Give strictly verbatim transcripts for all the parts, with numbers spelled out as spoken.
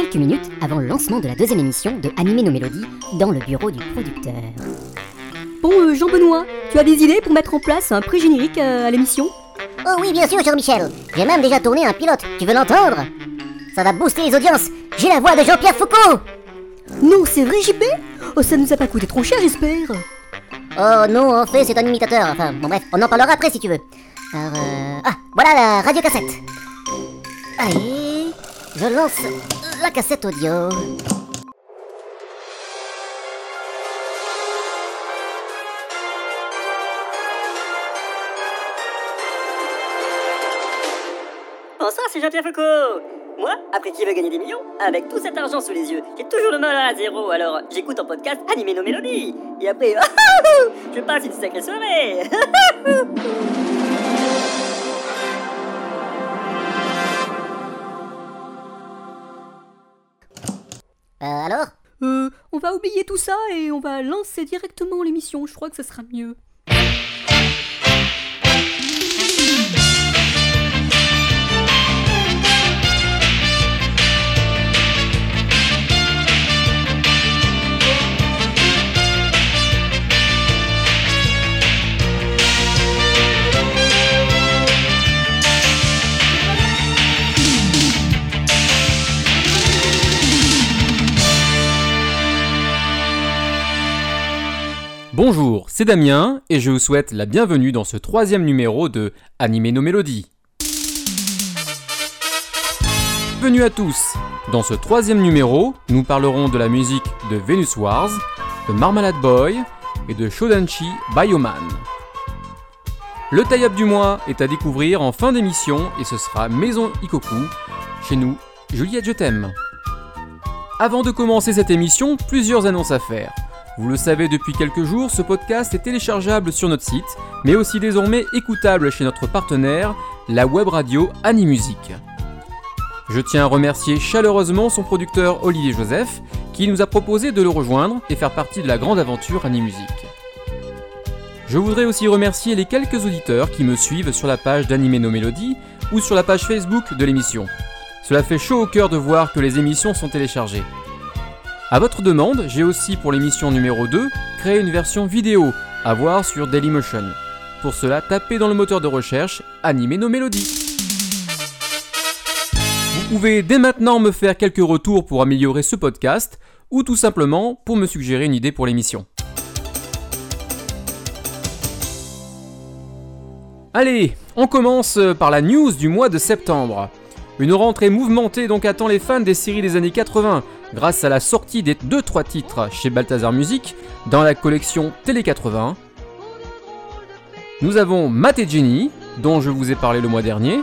quelques minutes avant le lancement de la deuxième émission de Animer nos mélodies dans le bureau du producteur. Bon, euh, Jean-Benoît, tu as des idées pour mettre en place un pré-générique euh, à l'émission ? Oh oui, bien sûr, Jean-Michel. J'ai même déjà tourné un pilote. Tu veux l'entendre ? Ça va booster les audiences. J'ai la voix de Jean-Pierre Foucault. Non, c'est vrai, J P ? Oh, ça nous a pas coûté trop cher, j'espère. Oh non, en fait, c'est un imitateur. Enfin, bon bref, on en parlera après si tu veux. Alors, euh... Ah, voilà la radiocassette. Allez, je lance la cassette audio. Oh ça, c'est Jean-Pierre Foucault. Moi, après Qui veut gagner des millions, avec tout cet argent sous les yeux, j'ai toujours le mal à zéro, alors j'écoute en podcast Animer nos mélodies. Et après, je passe une sacrée soirée. Euh, alors ? Euh, on va oublier tout ça et on va lancer directement l'émission, je crois que ça sera mieux. Bonjour, c'est Damien et je vous souhaite la bienvenue dans ce troisième numéro de Animer nos mélodies. Bienvenue à tous. Dans ce troisième numéro, nous parlerons de la musique de Venus Wars, de Marmalade Boy et de Shodanshi Bioman. Le tie-up du mois est à découvrir en fin d'émission et ce sera Maison Ikoku. Chez nous, Juliette, je t'aime. Avant de commencer cette émission, plusieurs annonces à faire. Vous le savez depuis quelques jours, ce podcast est téléchargeable sur notre site, mais aussi désormais écoutable chez notre partenaire, la web radio Animusique. Je tiens à remercier chaleureusement son producteur Olivier Joseph, qui nous a proposé de le rejoindre et faire partie de la grande aventure Animusique. Je voudrais aussi remercier les quelques auditeurs qui me suivent sur la page d'Animer nos mélodies ou sur la page Facebook de l'émission. Cela fait chaud au cœur de voir que les émissions sont téléchargées. A votre demande, j'ai aussi pour l'émission numéro deux créé une version vidéo à voir sur Dailymotion. Pour cela, tapez dans le moteur de recherche « Animer nos mélodies ». Vous pouvez dès maintenant me faire quelques retours pour améliorer ce podcast ou tout simplement pour me suggérer une idée pour l'émission. Allez, on commence par la news du mois de septembre. Une rentrée mouvementée donc attend les fans des séries des années quatre-vingts, grâce à la sortie des deux trois titres chez Balthazar Music dans la collection Télé quatre-vingts. Nous avons Matt et Jenny, dont je vous ai parlé le mois dernier.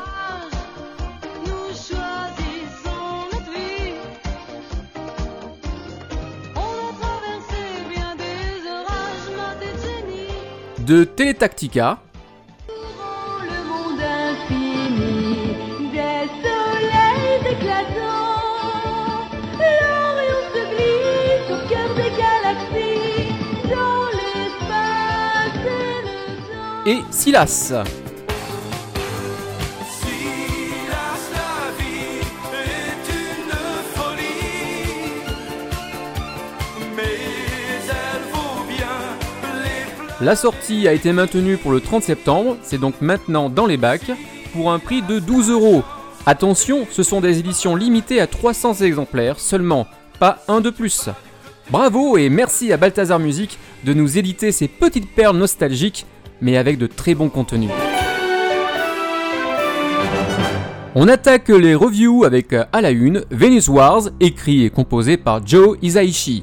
De Télétactica. Et Silas. La sortie a été maintenue pour le trente septembre, c'est donc maintenant dans les bacs, pour un prix de douze euros. Attention, ce sont des éditions limitées à trois cents exemplaires seulement, pas un de plus. Bravo et merci à Balthazar Music de nous éditer ces petites perles nostalgiques, mais avec de très bons contenus. On attaque les reviews avec à la une Venus Wars, écrit et composé par Joe Hisaishi.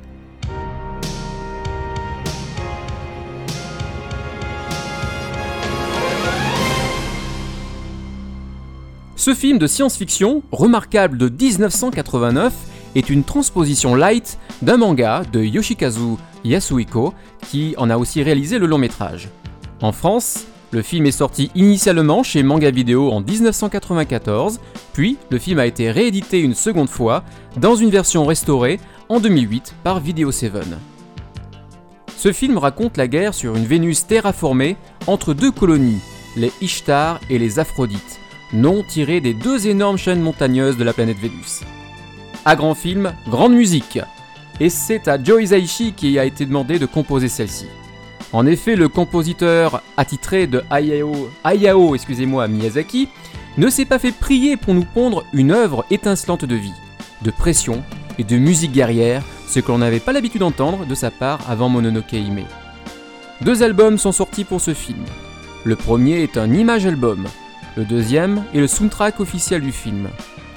Ce film de science-fiction, remarquable de dix-neuf cent quatre-vingt-neuf, est une transposition light d'un manga de Yoshikazu Yasuhiko, qui en a aussi réalisé le long métrage. En France, le film est sorti initialement chez Manga Video en dix-neuf cent quatre-vingt-quatorze, puis le film a été réédité une seconde fois dans une version restaurée en deux mille huit par Video sept. Ce film raconte la guerre sur une Vénus terraformée entre deux colonies, les Ishtar et les Aphrodites, nom tiré des deux énormes chaînes montagneuses de la planète Vénus. à grand film, grande musique. Et c'est à Joe Hisaishi qui a été demandé de composer celle-ci. En effet, le compositeur attitré de Hayao, Hayao excusez-moi, Miyazaki ne s'est pas fait prier pour nous pondre une œuvre étincelante de vie, de pression et de musique guerrière, ce que l'on n'avait pas l'habitude d'entendre de sa part avant Mononoke Hime. Deux albums sont sortis pour ce film. Le premier est un image album, le deuxième est le soundtrack officiel du film.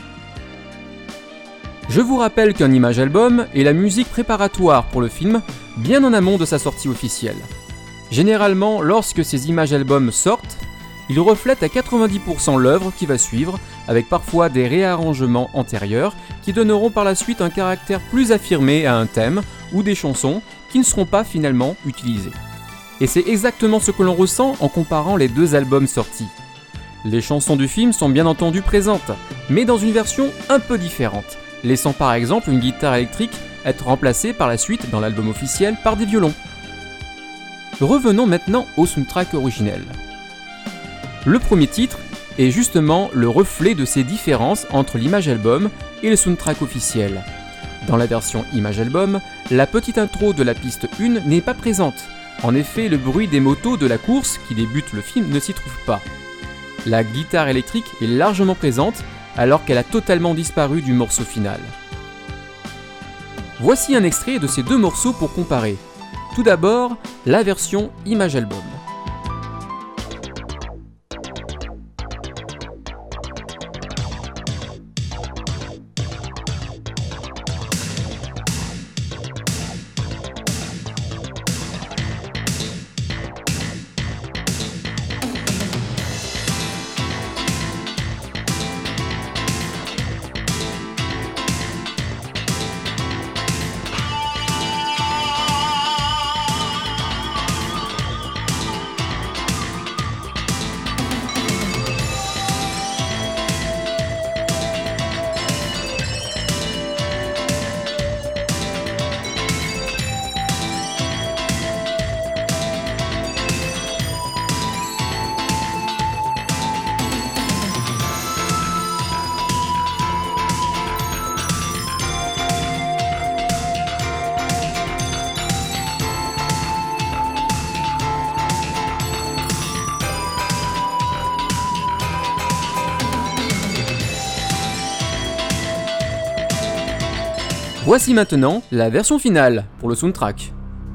Je vous rappelle qu'un image album est la musique préparatoire pour le film, bien en amont de sa sortie officielle. Généralement, lorsque ces images albums sortent, ils reflètent à quatre-vingt-dix pour cent l'œuvre qui va suivre, avec parfois des réarrangements antérieurs qui donneront par la suite un caractère plus affirmé à un thème ou des chansons qui ne seront pas finalement utilisées. Et c'est exactement ce que l'on ressent en comparant les deux albums sortis. Les chansons du film sont bien entendu présentes, mais dans une version un peu différente, laissant par exemple une guitare électrique être remplacée par la suite dans l'album officiel par des violons. Revenons maintenant au soundtrack originel. Le premier titre est justement le reflet de ces différences entre l'image album et le soundtrack officiel. Dans la version image album, la petite intro de la piste un n'est pas présente. En effet, le bruit des motos de la course qui débute le film ne s'y trouve pas. La guitare électrique est largement présente alors qu'elle a totalement disparu du morceau final. Voici un extrait de ces deux morceaux pour comparer. Tout d'abord, la version image album. Voici maintenant la version finale pour le soundtrack.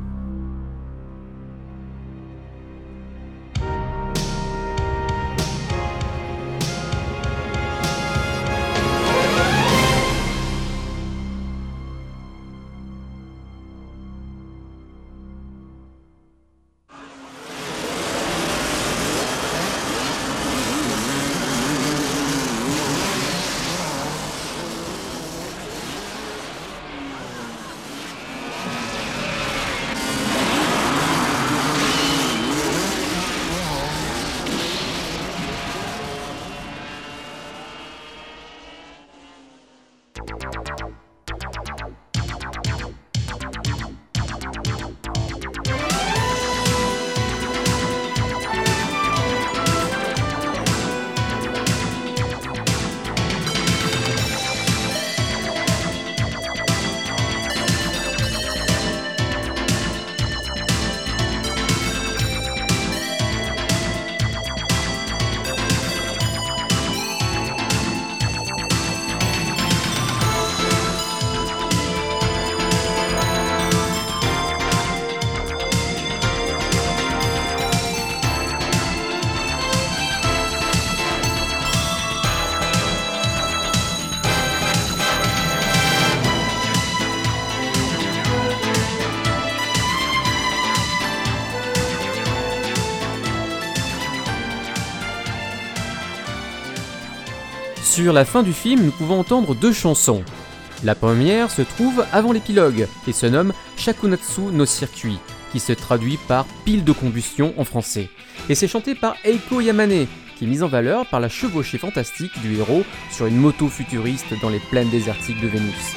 Sur la fin du film, nous pouvons entendre deux chansons. La première se trouve avant l'épilogue et se nomme Shakunatsu no Circuit, qui se traduit par pile de combustion en français. Et c'est chanté par Eiko Yamane, qui est mise en valeur par la chevauchée fantastique du héros sur une moto futuriste dans les plaines désertiques de Vénus.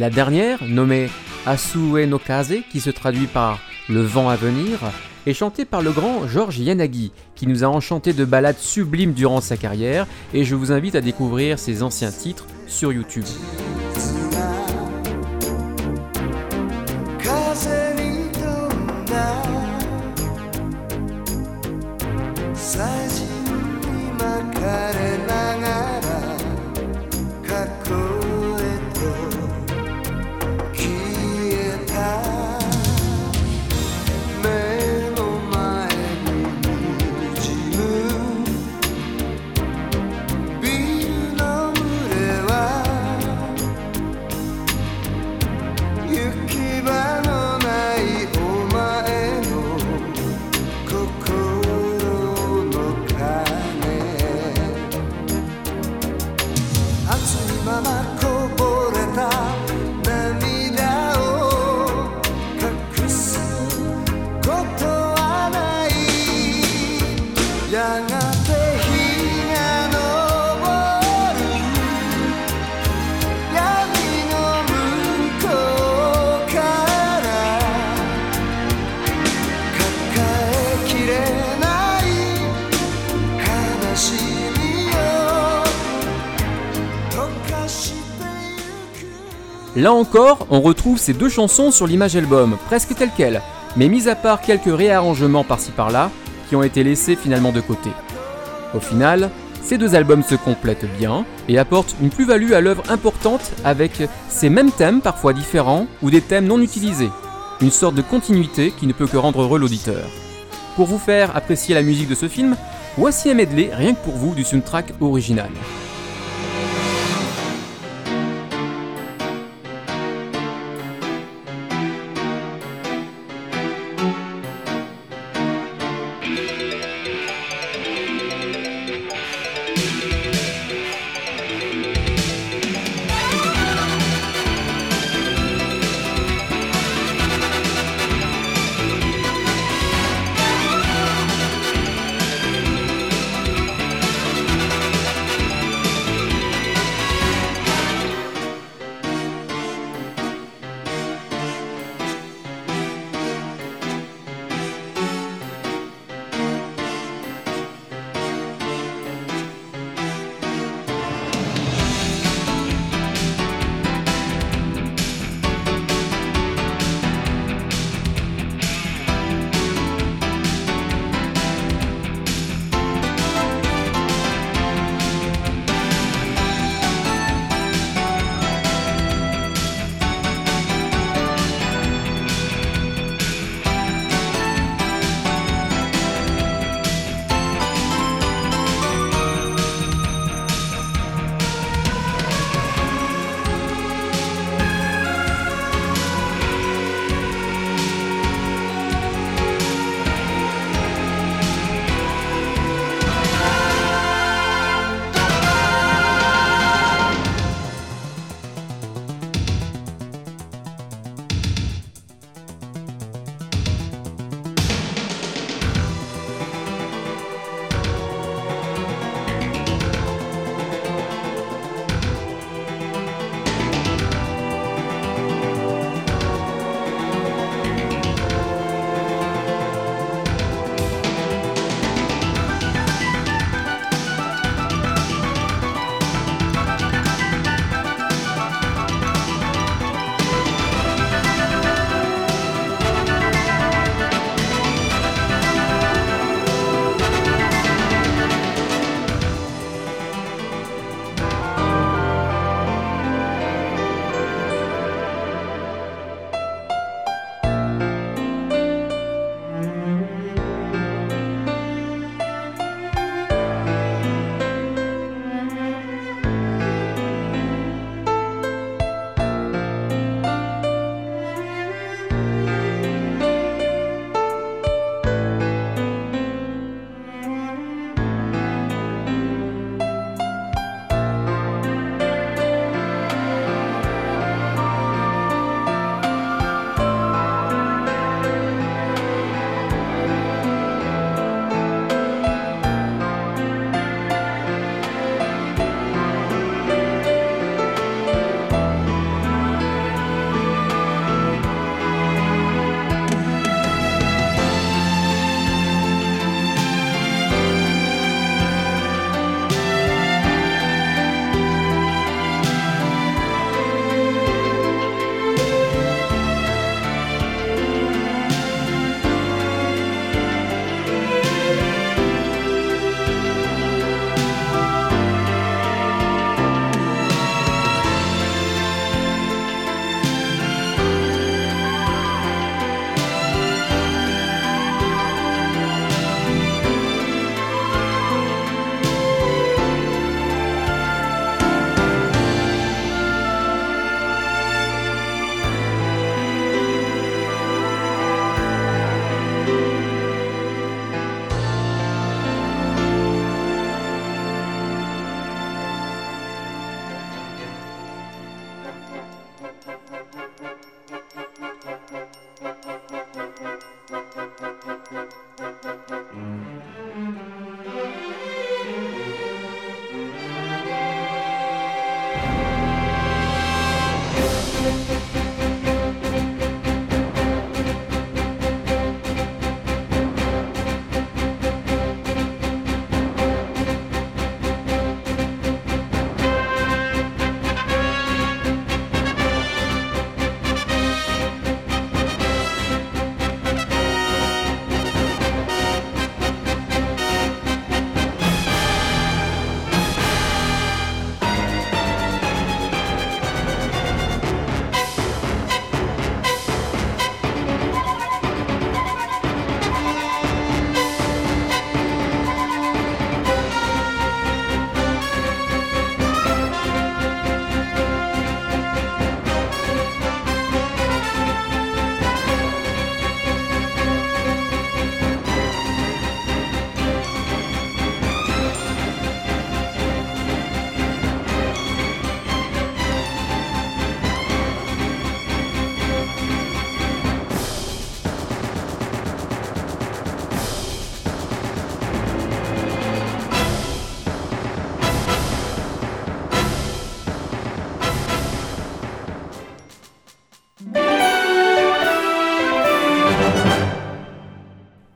La dernière, nommée Asue no Kaze, qui se traduit par Le vent à venir, est chantée par le grand George Yanagi, qui nous a enchanté de ballades sublimes durant sa carrière, et je vous invite à découvrir ses anciens titres sur YouTube. Là encore, on retrouve ces deux chansons sur l'image album, presque telles quelles, mais mis à part quelques réarrangements par-ci par-là, qui ont été laissés finalement de côté. Au final, ces deux albums se complètent bien et apportent une plus-value à l'œuvre importante avec ces mêmes thèmes parfois différents ou des thèmes non utilisés. Une sorte de continuité qui ne peut que rendre heureux l'auditeur. Pour vous faire apprécier la musique de ce film, voici un medley rien que pour vous du soundtrack original.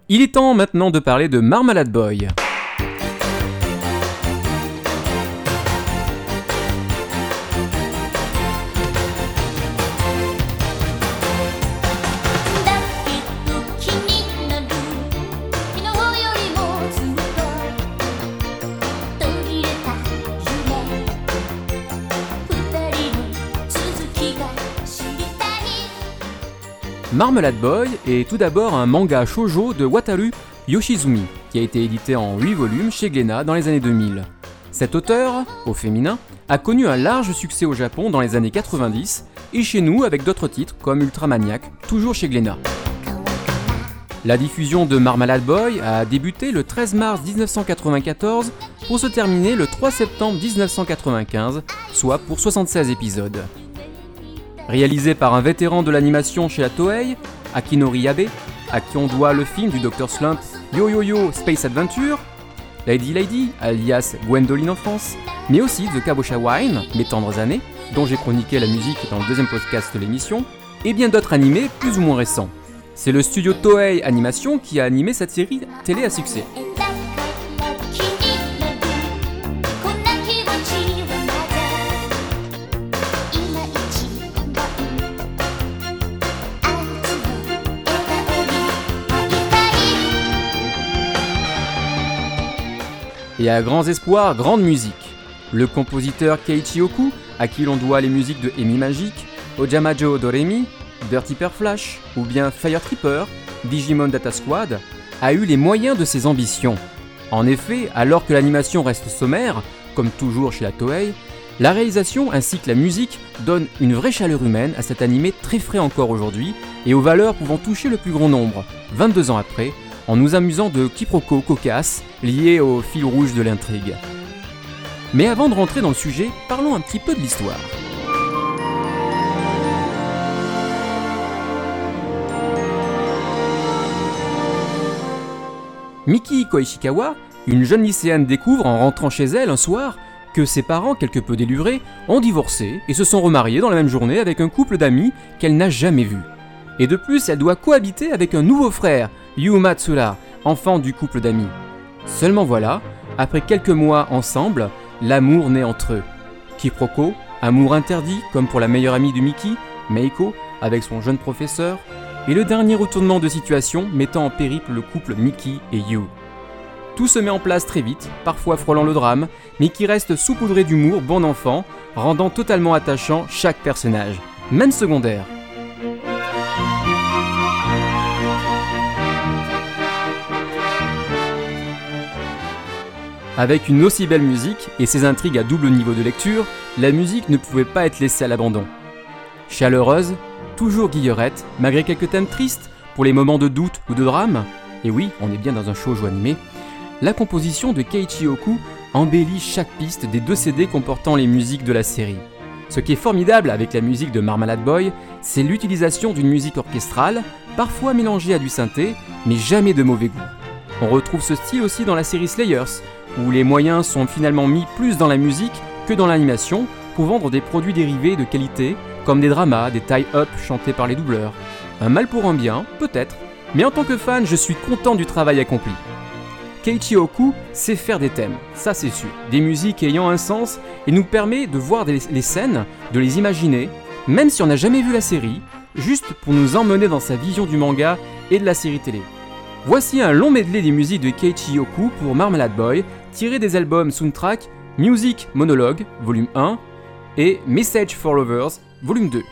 Il est temps maintenant de parler de Marmalade Boy. Marmalade Boy est tout d'abord un manga shoujo de Wataru Yoshizumi, qui a été édité en huit volumes chez Glénat dans les années deux mille. Cet auteur, au féminin, a connu un large succès au Japon dans les années quatre-vingt-dix et chez nous avec d'autres titres comme Ultramaniac, toujours chez Glénat. La diffusion de Marmalade Boy a débuté le treize mars dix-neuf cent quatre-vingt-quatorze pour se terminer le trois septembre dix-neuf cent quatre-vingt-quinze, soit pour soixante-seize épisodes. Réalisé par un vétéran de l'animation chez la Toei, Akinori Abe, à qui on doit le film du docteur Slump Yo Yo Yo Space Adventure, Lady Lady, alias Gwendoline en France, mais aussi The Kabosha Wine, Mes tendres années, dont j'ai chroniqué la musique dans le deuxième podcast de l'émission, et bien d'autres animés plus ou moins récents. C'est le studio Toei Animation qui a animé cette série télé à succès. Et à grands espoirs, grande musique. Le compositeur Keiichi Oku, à qui l'on doit les musiques de Emi Magic, Ojamajo Doremi, Dirty Per Flash ou bien Fire Tripper, Digimon Data Squad, a eu les moyens de ses ambitions. En effet, alors que l'animation reste sommaire, comme toujours chez la Toei, la réalisation ainsi que la musique donnent une vraie chaleur humaine à cet animé très frais encore aujourd'hui et aux valeurs pouvant toucher le plus grand nombre, vingt-deux ans après, en nous amusant de quiproquos cocasses liés au fil rouge de l'intrigue. Mais avant de rentrer dans le sujet, parlons un petit peu de l'histoire. Miki Koishikawa, une jeune lycéenne, découvre en rentrant chez elle un soir que ses parents, quelque peu délurés, ont divorcé et se sont remariés dans la même journée avec un couple d'amis qu'elle n'a jamais vu. Et de plus, elle doit cohabiter avec un nouveau frère, Yu Matsura, enfant du couple d'amis. Seulement voilà, après quelques mois ensemble, l'amour naît entre eux. Quiproquo, amour interdit, comme pour la meilleure amie de Miki, Meiko, avec son jeune professeur, et le dernier retournement de situation mettant en périple le couple Miki et Yu. Tout se met en place très vite, parfois frôlant le drame, mais qui reste saupoudré d'humour bon enfant, rendant totalement attachant chaque personnage, même secondaire. Avec une aussi belle musique et ses intrigues à double niveau de lecture, la musique ne pouvait pas être laissée à l'abandon. Chaleureuse, toujours guillerette, malgré quelques thèmes tristes, pour les moments de doute ou de drame, et oui, on est bien dans un shoujo animé, la composition de Keiichi Oku embellit chaque piste des deux C D comportant les musiques de la série. Ce qui est formidable avec la musique de Marmalade Boy, c'est l'utilisation d'une musique orchestrale, parfois mélangée à du synthé, mais jamais de mauvais goût. On retrouve ce style aussi dans la série Slayers, où les moyens sont finalement mis plus dans la musique que dans l'animation pour vendre des produits dérivés de qualité, comme des dramas, des tie-up chantés par les doubleurs. Un mal pour un bien, peut-être, mais en tant que fan, je suis content du travail accompli. Keiichi Oku sait faire des thèmes, ça c'est sûr, des musiques ayant un sens et nous permet de voir des, les scènes, de les imaginer, même si on n'a jamais vu la série, juste pour nous emmener dans sa vision du manga et de la série télé. Voici un long medley des musiques de Keiichi Oku pour Marmalade Boy, tiré des albums Soundtrack, Music Monologue, volume un, et Message for Lovers, volume deux.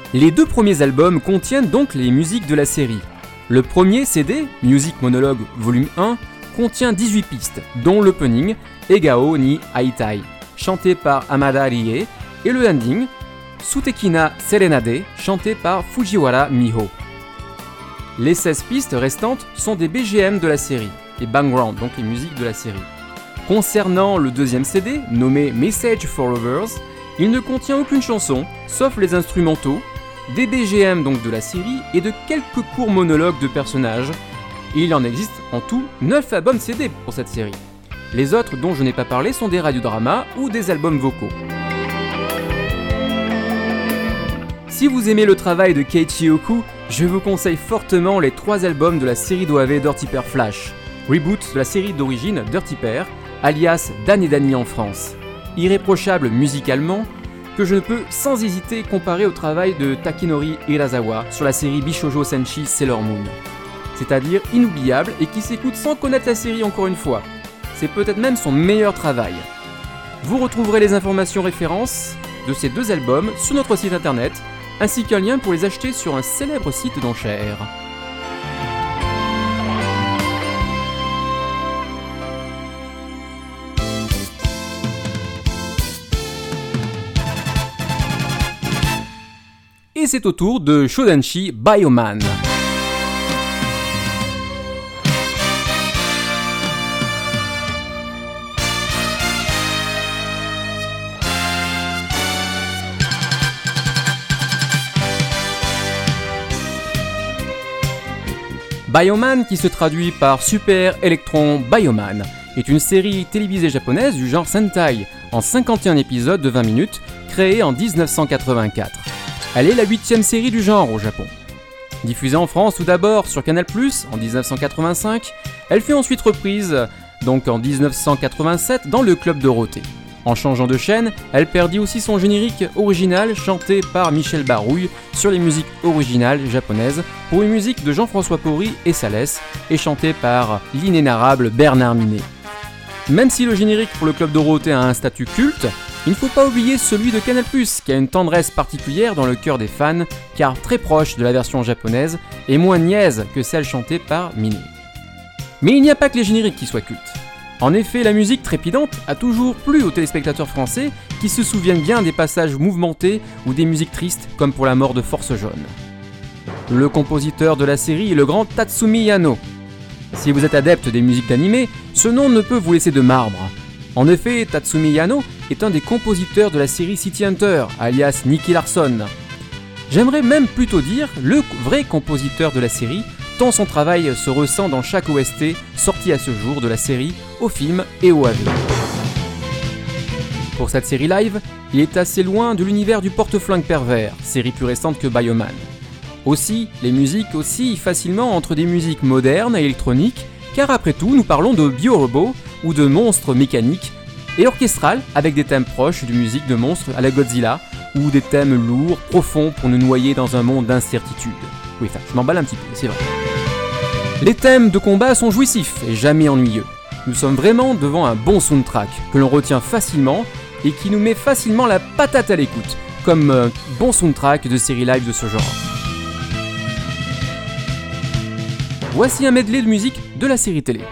Les deux premiers albums contiennent donc les musiques de la série. Le premier C D, Music Monologue Volume un, contient dix-huit pistes, dont l'opening Egao ni Aitai, chanté par Hamada Rie, et le ending Sutekina Serenade, chanté par Fujiwara Miho. Les seize pistes restantes sont des B G M de la série, les backgrounds, donc les musiques de la série. Concernant le deuxième C D, nommé Message for Lovers, il ne contient aucune chanson, sauf les instrumentaux, des B G M donc de la série et de quelques courts monologues de personnages. Et il en existe en tout neuf albums C D pour cette série. Les autres dont je n'ai pas parlé sont des radiodramas ou des albums vocaux. Si vous aimez le travail de Keiichi Oku, je vous conseille fortement les trois albums de la série d'O A V Dirty Pair Flash, reboot de la série d'origine Dirty Pair, alias Dan et Danny en France. Irréprochable musicalement, que je ne peux sans hésiter comparer au travail de Takenori Hirasawa sur la série Bishoujo Senshi Sailor Moon. C'est-à-dire inoubliable et qui s'écoute sans connaître la série encore une fois. C'est peut-être même son meilleur travail. Vous retrouverez les informations références de ces deux albums sur notre site internet, ainsi qu'un lien pour les acheter sur un célèbre site d'enchères. Et c'est au tour de Shodanshi Bioman. Bioman, qui se traduit par Super Electron Bioman, est une série télévisée japonaise du genre Sentai, en cinquante et un épisodes de vingt minutes, créée en dix-neuf cent quatre-vingt-quatre. Elle est la huitième série du genre au Japon. Diffusée en France tout d'abord sur Canal plus, en dix-neuf cent quatre-vingt-cinq, elle fut ensuite reprise, donc en dix-neuf cent quatre-vingt-sept, dans le Club Dorothée. En changeant de chaîne, elle perdit aussi son générique original chanté par Michel Barouille sur les musiques originales japonaises pour une musique de Jean-François Porry et Salès et chantée par l'inénarrable Bernard Minet. Même si le générique pour le Club Dorothée a un statut culte, il ne faut pas oublier celui de Canal plus, qui a une tendresse particulière dans le cœur des fans, car très proche de la version japonaise et moins niaise que celle chantée par Minet. Mais il n'y a pas que les génériques qui soient cultes. En effet, la musique trépidante a toujours plu aux téléspectateurs français qui se souviennent bien des passages mouvementés ou des musiques tristes comme pour la mort de Force Jaune. Le compositeur de la série est le grand Tatsumi Yano. Si vous êtes adepte des musiques d'animé, ce nom ne peut vous laisser de marbre. En effet, Tatsumi Yano est un des compositeurs de la série City Hunter, alias Nicky Larson. J'aimerais même plutôt dire le vrai compositeur de la série, tant son travail se ressent dans chaque O S T sorti à ce jour de la série, au film et au A V. Pour cette série live, il est assez loin de l'univers du porte-flingue pervers, série plus récente que Bioman. Aussi, les musiques oscillent facilement entre des musiques modernes et électroniques, car après tout, nous parlons de biorobots ou de monstres mécaniques, et orchestrales avec des thèmes proches de musique de monstres à la Godzilla, ou des thèmes lourds, profonds pour nous noyer dans un monde d'incertitude. Oui, enfin, je m'emballe un petit peu, c'est vrai. Les thèmes de combat sont jouissifs et jamais ennuyeux. Nous sommes vraiment devant un bon soundtrack que l'on retient facilement et qui nous met facilement la patate à l'écoute, comme un bon soundtrack de série live de ce genre. Voici un medley de musique de la série télé.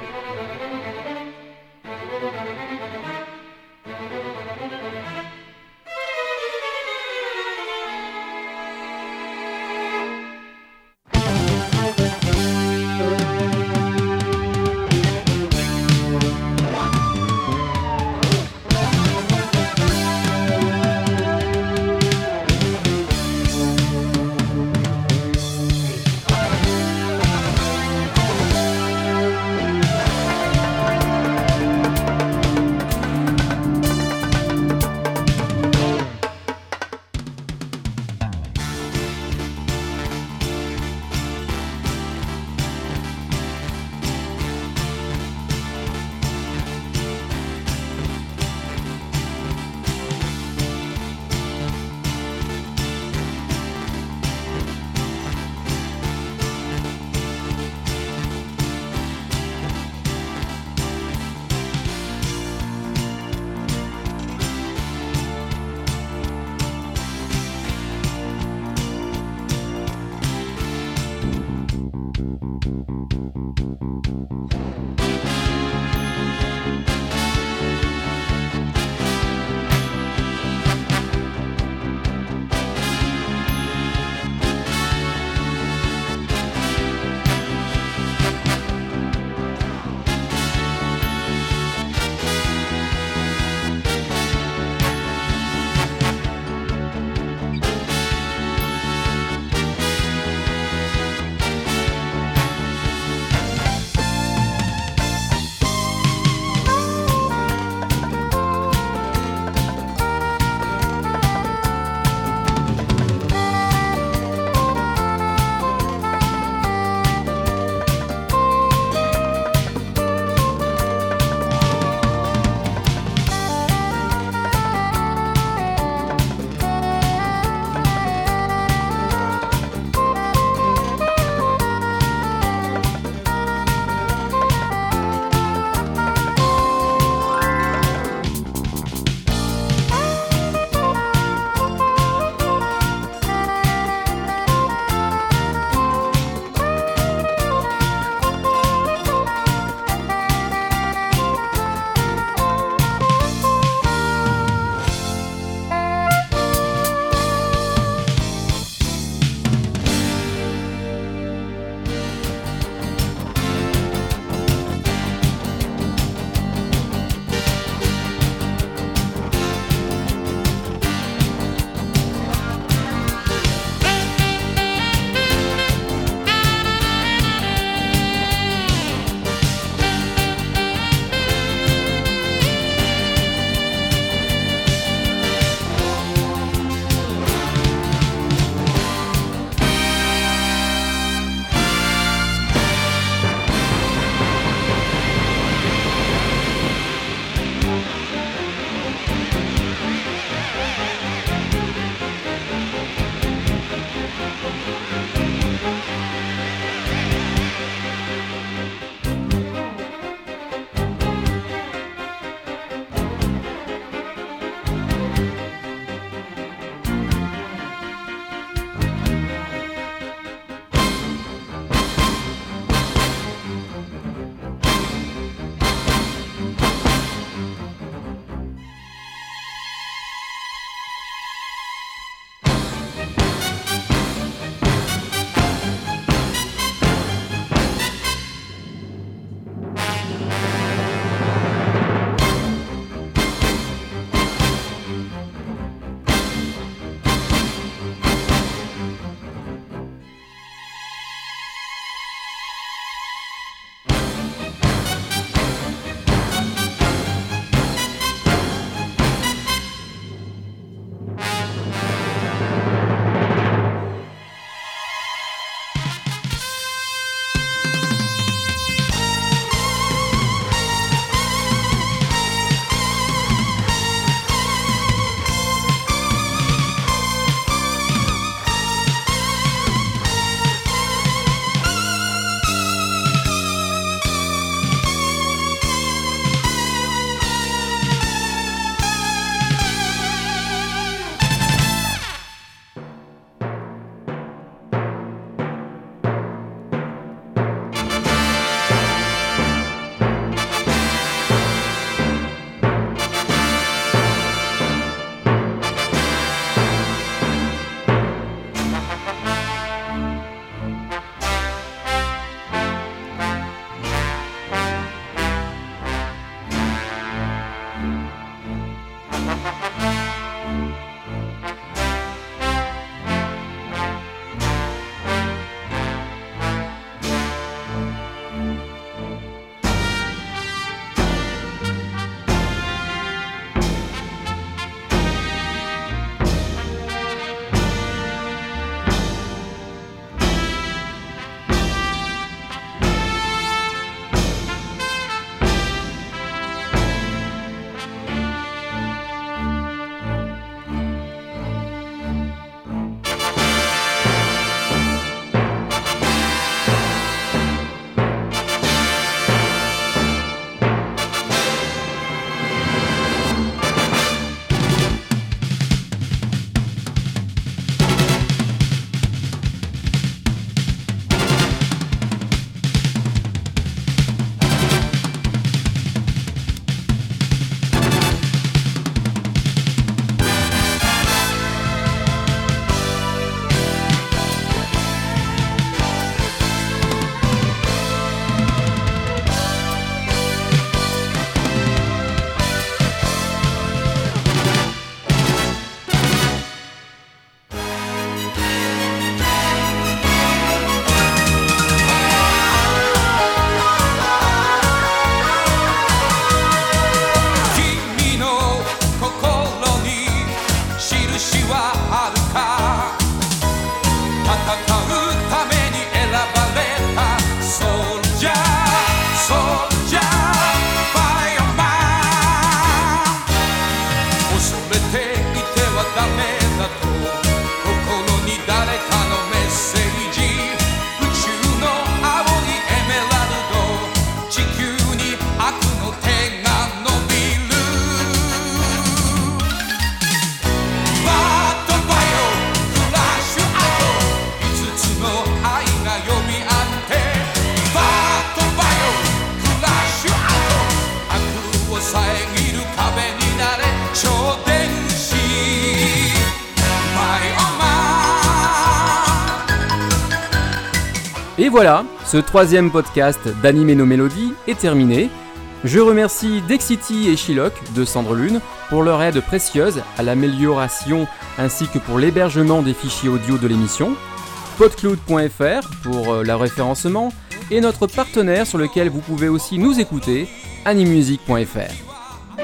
Et voilà, ce troisième podcast d'Animer nos mélodies est terminé. Je remercie Dexity et Shiloc de Cendrelune pour leur aide précieuse à l'amélioration ainsi que pour l'hébergement des fichiers audio de l'émission, podcloud point f r pour le référencement et notre partenaire sur lequel vous pouvez aussi nous écouter, animusic point f r.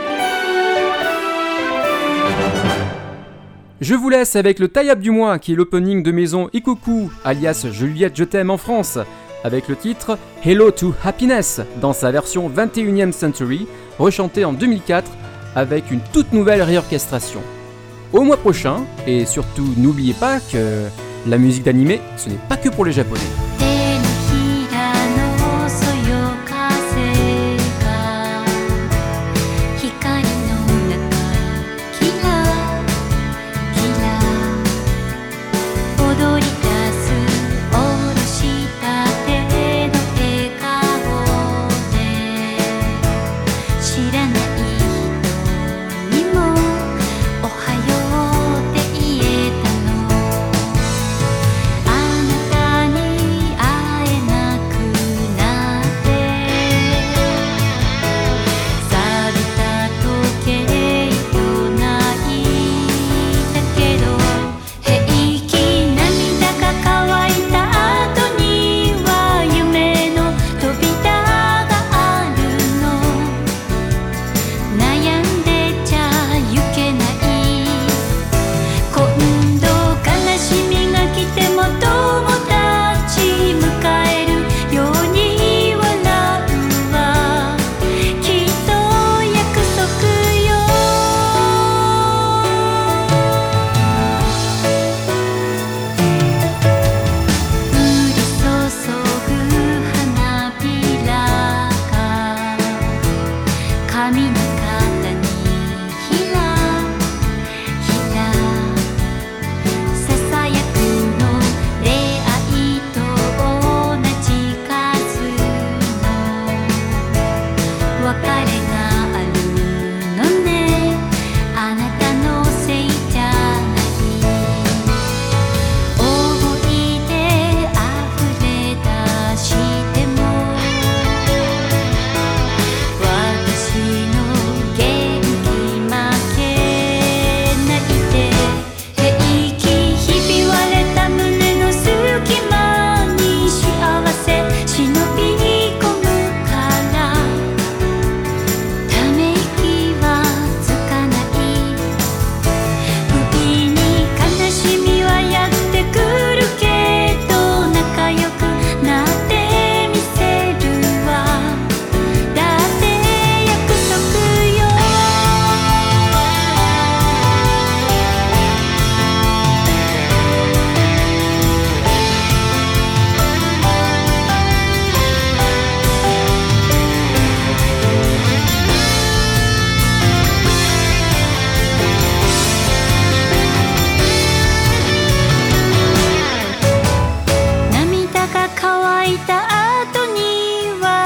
Je vous laisse avec le tie-up du mois qui est l'opening de maison Ikoku, alias Juliette Je t'aime en France, avec le titre Hello to Happiness dans sa version vingt et unième Century, rechantée en deux mille quatre avec une toute nouvelle réorchestration. Au mois prochain, et surtout n'oubliez pas que la musique d'animé, ce n'est pas que pour les Japonais.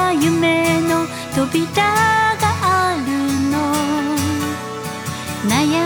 Naya